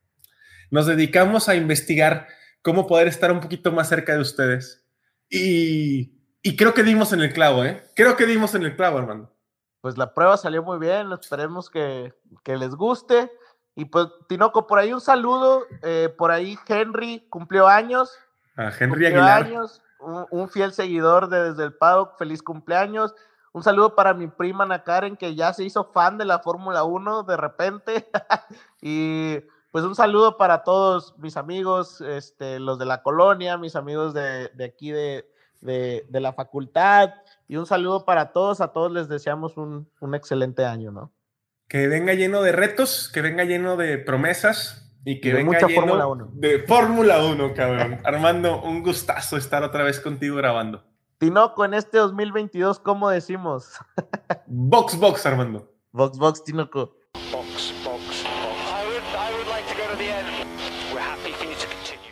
nos dedicamos a investigar cómo poder estar un poquito más cerca de ustedes. Y, y creo que dimos en el clavo, ¿eh? Creo que dimos en el clavo, hermano. Pues la prueba salió muy bien, esperemos que, que les guste. Y pues, Tinoco, por ahí un saludo, eh, por ahí Henry cumplió años. A Henry cumplió Aguilar. Años, un, un fiel seguidor de Desde el Paddock, feliz cumpleaños. Un saludo para mi prima Ana Karen, que ya se hizo fan de la Fórmula uno de repente. Y pues un saludo para todos mis amigos, este, los de la colonia, mis amigos de, de aquí de, de, de la facultad. Y un saludo para todos, a todos les deseamos un, un excelente año, ¿no? Que venga lleno de retos, que venga lleno de promesas y que y de venga mucha lleno Fórmula uno. De Fórmula uno, cabrón. Armando, un gustazo estar otra vez contigo grabando. Tinoco, en este dos mil veintidós, ¿cómo decimos? Box, box, Armando. Box, box, Tinoco. Box, box. Fox, Fox. I would, I would like to go to the end. We're happy for you to continue.